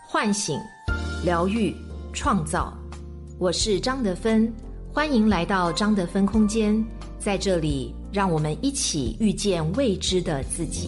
唤醒、疗愈、创造。我是张德芬，欢迎来到张德芬空间，在这里让我们一起遇见未知的自己。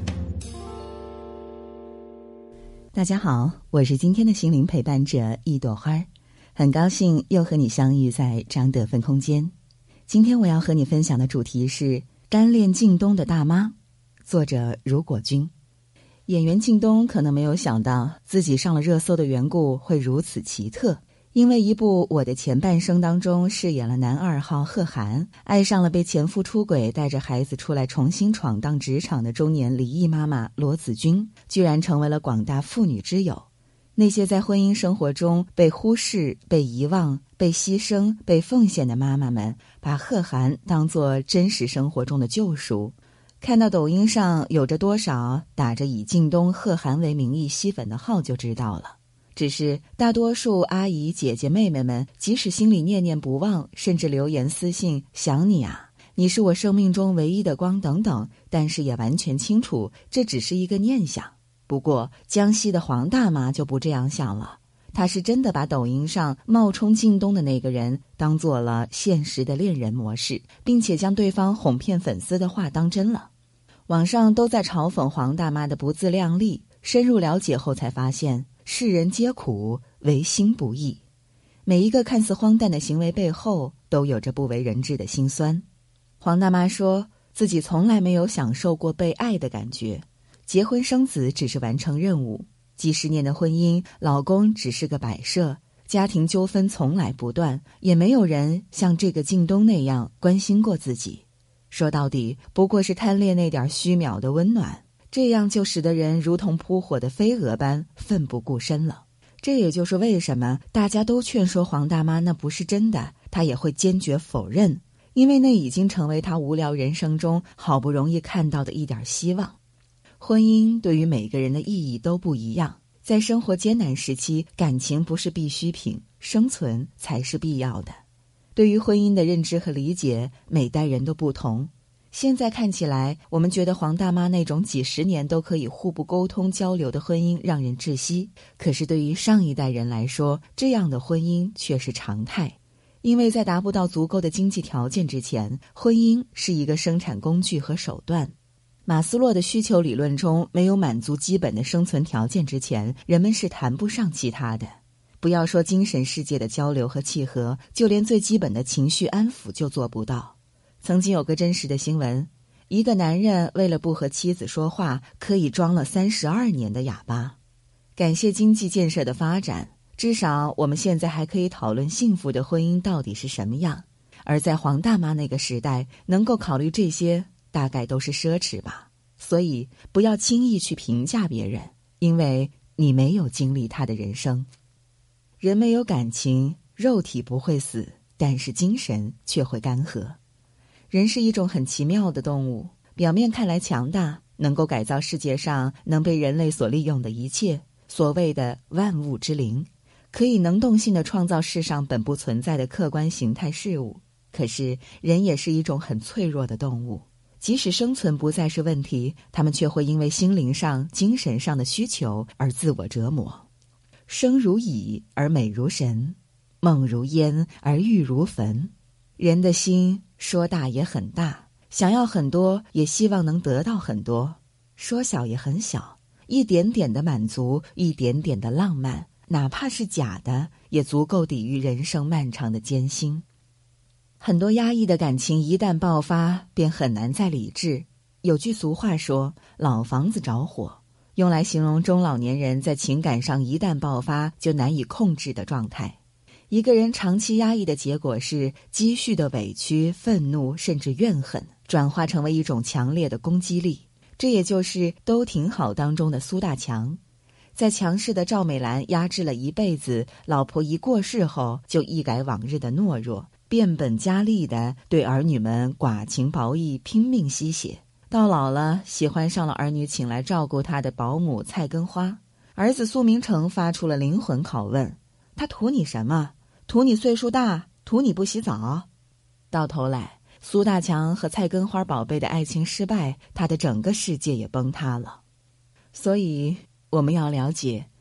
大家好，我是今天的心灵陪伴者一朵花，很高兴又和你相遇在张德芬空间。今天我要和你分享的主题是单恋靳东的大妈，作者如果君。演员靳东可能没有想到自己上了热搜的缘故会如此奇特，因为一部《我的前半生》当中饰演了男2号贺涵，爱上了被前夫出轨带着孩子出来重新闯荡职场的中年离异妈妈罗子君，居然成为了广大妇女之友。那些在婚姻生活中被忽视、被遗忘、被牺牲、被奉献的妈妈们，把贺涵当作真实生活中的救赎。看到抖音上有着多少打着以靳东、贺涵为名义吸粉的号就知道了。只是大多数阿姨、姐姐、妹妹们，即使心里念念不忘，甚至留言私信想你啊，你是我生命中唯一的光等等，但是也完全清楚这只是一个念想。不过江西的黄大妈就不这样想了，她是真的把抖音上冒充靳东的那个人当做了现实的恋人模式，并且将对方哄骗粉丝的话当真了。网上都在嘲讽黄大妈的不自量力，深入了解后才发现世人皆苦，唯心不易。每一个看似荒诞的行为背后都有着不为人知的辛酸。黄大妈说自己从来没有享受过被爱的感觉，结婚生子只是完成任务，几十年的婚姻，老公只是个摆设，家庭纠纷从来不断，也没有人像这个靳东那样关心过自己。说到底不过是贪恋那点虚渺的温暖，这样就使得人如同扑火的飞蛾般奋不顾身了。这也就是为什么大家都劝说黄大妈那不是真的，她也会坚决否认，因为那已经成为她无聊人生中好不容易看到的一点希望。婚姻对于每个人的意义都不一样，在生活艰难时期，感情不是必需品，生存才是必要的。对于婚姻的认知和理解，每代人都不同。现在看起来，我们觉得黄大妈那种几十年都可以互不沟通交流的婚姻让人窒息，可是对于上一代人来说，这样的婚姻却是常态。因为在达不到足够的经济条件之前，婚姻是一个生产工具和手段。马斯洛的需求理论中，没有满足基本的生存条件之前，人们是谈不上其他的。不要说精神世界的交流和契合，就连最基本的情绪安抚就做不到。曾经有个真实的新闻，一个男人为了不和妻子说话，可以装了32年的哑巴。感谢经济建设的发展，至少我们现在还可以讨论幸福的婚姻到底是什么样。而在黄大妈那个时代，能够考虑这些大概都是奢侈吧。所以不要轻易去评价别人，因为你没有经历他的人生。人没有感情，肉体不会死，但是精神却会干涸。人是一种很奇妙的动物，表面看来强大，能够改造世界上能被人类所利用的一切，所谓的万物之灵，可以能动性地创造世上本不存在的客观形态事物。可是人也是一种很脆弱的动物，即使生存不再是问题，他们却会因为心灵上、精神上的需求而自我折磨。生如蚁而美如神，梦如烟而玉如坟。人的心说大也很大，想要很多，也希望能得到很多；说小也很小，一点点的满足，一点点的浪漫，哪怕是假的，也足够抵御人生漫长的艰辛。很多压抑的感情一旦爆发，便很难再理智。有句俗话说，老房子着火，用来形容中老年人在情感上一旦爆发就难以控制的状态。一个人长期压抑的结果是积蓄的委屈、愤怒甚至怨恨转化成为一种强烈的攻击力。这也就是都挺好当中的苏大强。在强势的赵美兰压制了一辈子，老婆一过世后就一改往日的懦弱，变本加厉地对儿女们寡情薄义，拼命吸血。到老了，喜欢上了儿女请来照顾他的保姆蔡根花。儿子苏明成发出了灵魂拷问，他图你什么？图你岁数大，图你不洗澡。到头来，苏大强和菜根花宝贝的爱情失败，他的整个世界也崩塌了。所以我们要了解，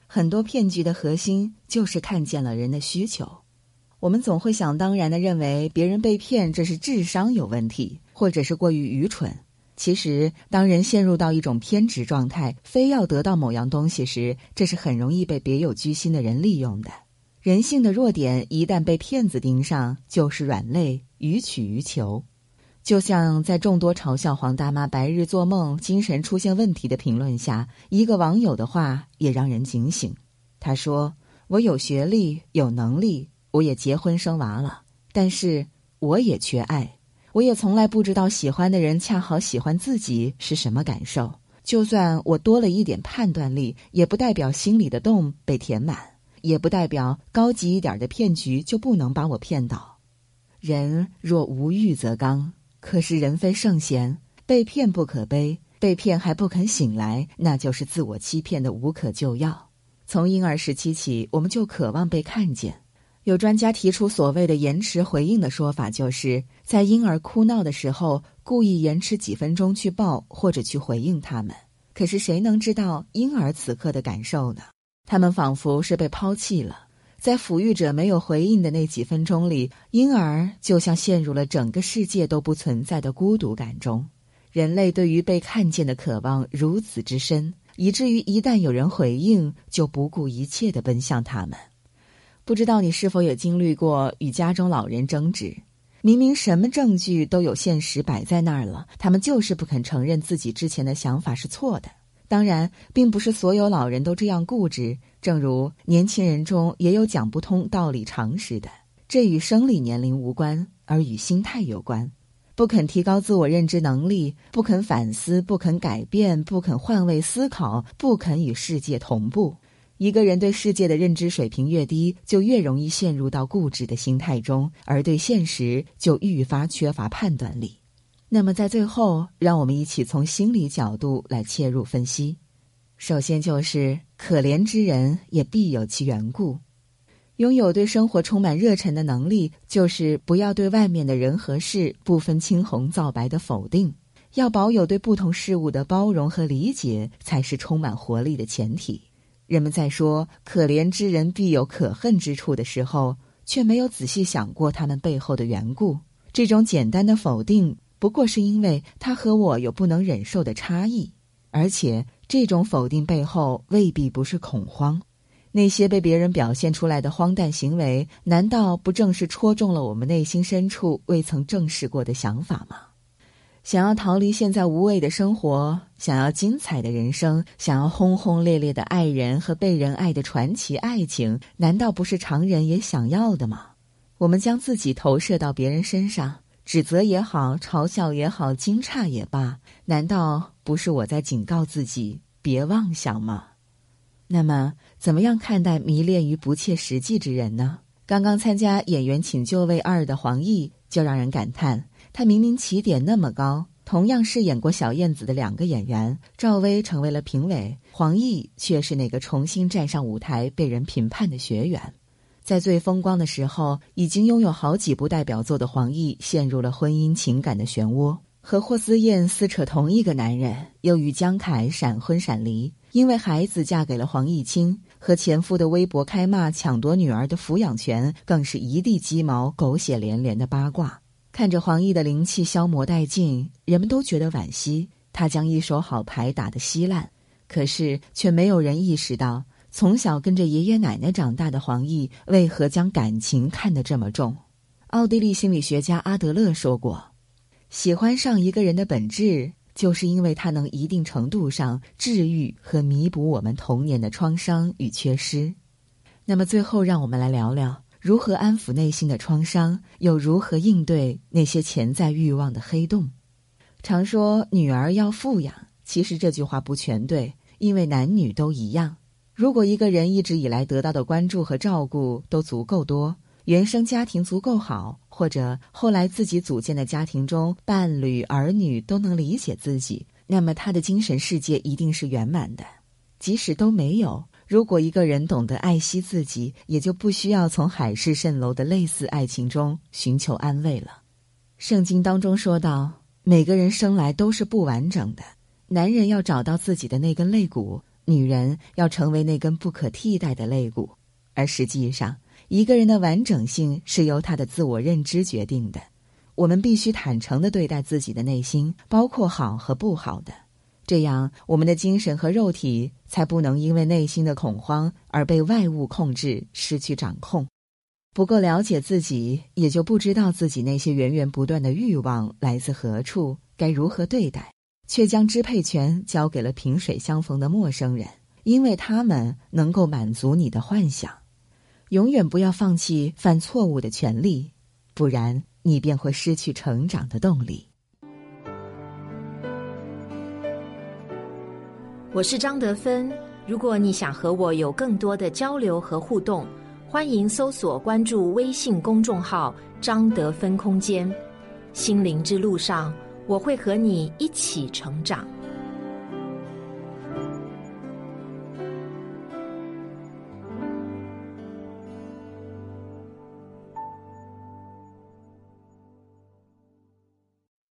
很多骗局的核心就是看见了人的需求。我们总会想当然地认为别人被骗，这是智商有问题，或者是过于愚蠢。其实，当人陷入到一种偏执状态，非要得到某样东西时，这是很容易被别有居心的人利用的。人性的弱点一旦被骗子盯上，就是软肋，予取予求。就像在众多嘲笑黄大妈白日做梦、精神出现问题的评论下，一个网友的话也让人警醒。他说：“我有学历，有能力，我也结婚生娃了，但是我也缺爱。我也从来不知道喜欢的人恰好喜欢自己是什么感受。就算我多了一点判断力，也不代表心里的洞被填满，也不代表高级一点的骗局就不能把我骗倒。人若无欲则刚，可是人非圣贤，被骗不可悲，被骗还不肯醒来，那就是自我欺骗的无可救药。从婴儿时期起，我们就渴望被看见。有专家提出所谓的延迟回应的说法，就是在婴儿哭闹的时候，故意延迟几分钟去抱或者去回应他们。可是谁能知道婴儿此刻的感受呢？他们仿佛是被抛弃了。在抚育者没有回应的那几分钟里，婴儿就像陷入了整个世界都不存在的孤独感中。人类对于被看见的渴望如此之深，以至于一旦有人回应，就不顾一切地奔向他们。不知道你是否有经历过与家中老人争执？明明什么证据都有现实摆在那儿了，他们就是不肯承认自己之前的想法是错的。当然，并不是所有老人都这样固执，正如年轻人中也有讲不通道理常识的。这与生理年龄无关，而与心态有关。不肯提高自我认知能力，不肯反思，不肯改变，不肯换位思考，不肯与世界同步。一个人对世界的认知水平越低，就越容易陷入到固执的心态中，而对现实就愈发缺乏判断力。那么在最后，让我们一起从心理角度来切入分析。首先就是可怜之人也必有其缘故。拥有对生活充满热忱的能力，就是不要对外面的人和事不分青红皂白的否定，要保有对不同事物的包容和理解，才是充满活力的前提。人们在说可怜之人必有可恨之处的时候，却没有仔细想过他们背后的缘故。这种简单的否定不过是因为他和我有不能忍受的差异，而且这种否定背后未必不是恐慌。那些被别人表现出来的荒诞行为，难道不正是戳中了我们内心深处未曾正视过的想法吗？想要逃离现在无味的生活，想要精彩的人生，想要轰轰烈烈的爱人和被人爱的传奇爱情，难道不是常人也想要的吗？我们将自己投射到别人身上，指责也好，嘲笑也好，惊诧也罢，难道不是我在警告自己别妄想吗？那么怎么样看待迷恋于不切实际之人呢？刚刚参加《演员请就位2》的黄奕就让人感叹，他明明起点那么高，同样饰演过小燕子的2个演员，赵薇成为了评委，黄奕却是那个重新站上舞台被人评判的学员。在最风光的时候，已经拥有好几部代表作的黄奕陷入了婚姻情感的漩涡，和霍思燕撕扯同一个男人，又与江凯闪婚闪离，因为孩子嫁给了黄毅清，和前夫的微博开骂抢夺女儿的抚养权，更是一地鸡毛，狗血连连的八卦。看着黄奕的灵气消磨殆尽，人们都觉得惋惜，他将一手好牌打得稀烂。可是却没有人意识到，从小跟着爷爷奶奶长大的黄奕为何将感情看得这么重。奥地利心理学家阿德勒说过，喜欢上一个人的本质，就是因为他能一定程度上治愈和弥补我们童年的创伤与缺失。那么最后让我们来聊聊，如何安抚内心的创伤，又如何应对那些潜在欲望的黑洞。常说女儿要富养，其实这句话不全对，因为男女都一样。如果一个人一直以来得到的关注和照顾都足够多，原生家庭足够好，或者后来自己组建的家庭中伴侣、儿女都能理解自己，那么他的精神世界一定是圆满的。即使都没有，如果一个人懂得爱惜自己，也就不需要从海市蜃楼的类似爱情中寻求安慰了。圣经当中说到，每个人生来都是不完整的，男人要找到自己的那根肋骨， 女人要成为那根不可替代的肋骨，而实际上，一个人的完整性是由他的自我认知决定的。我们必须坦诚地对待自己的内心，包括好和不好的。这样，我们的精神和肉体才不能因为内心的恐慌而被外物控制，失去掌控。不够了解自己，也就不知道自己那些源源不断的欲望来自何处，该如何对待，却将支配权交给了萍水相逢的陌生人，因为他们能够满足你的幻想。永远不要放弃犯错误的权利，不然你便会失去成长的动力。 我是张德芬，如果你想和我有更多的交流和互动，欢迎搜索关注微信公众号张德芬空间。心灵之路上，我会和你一起成长。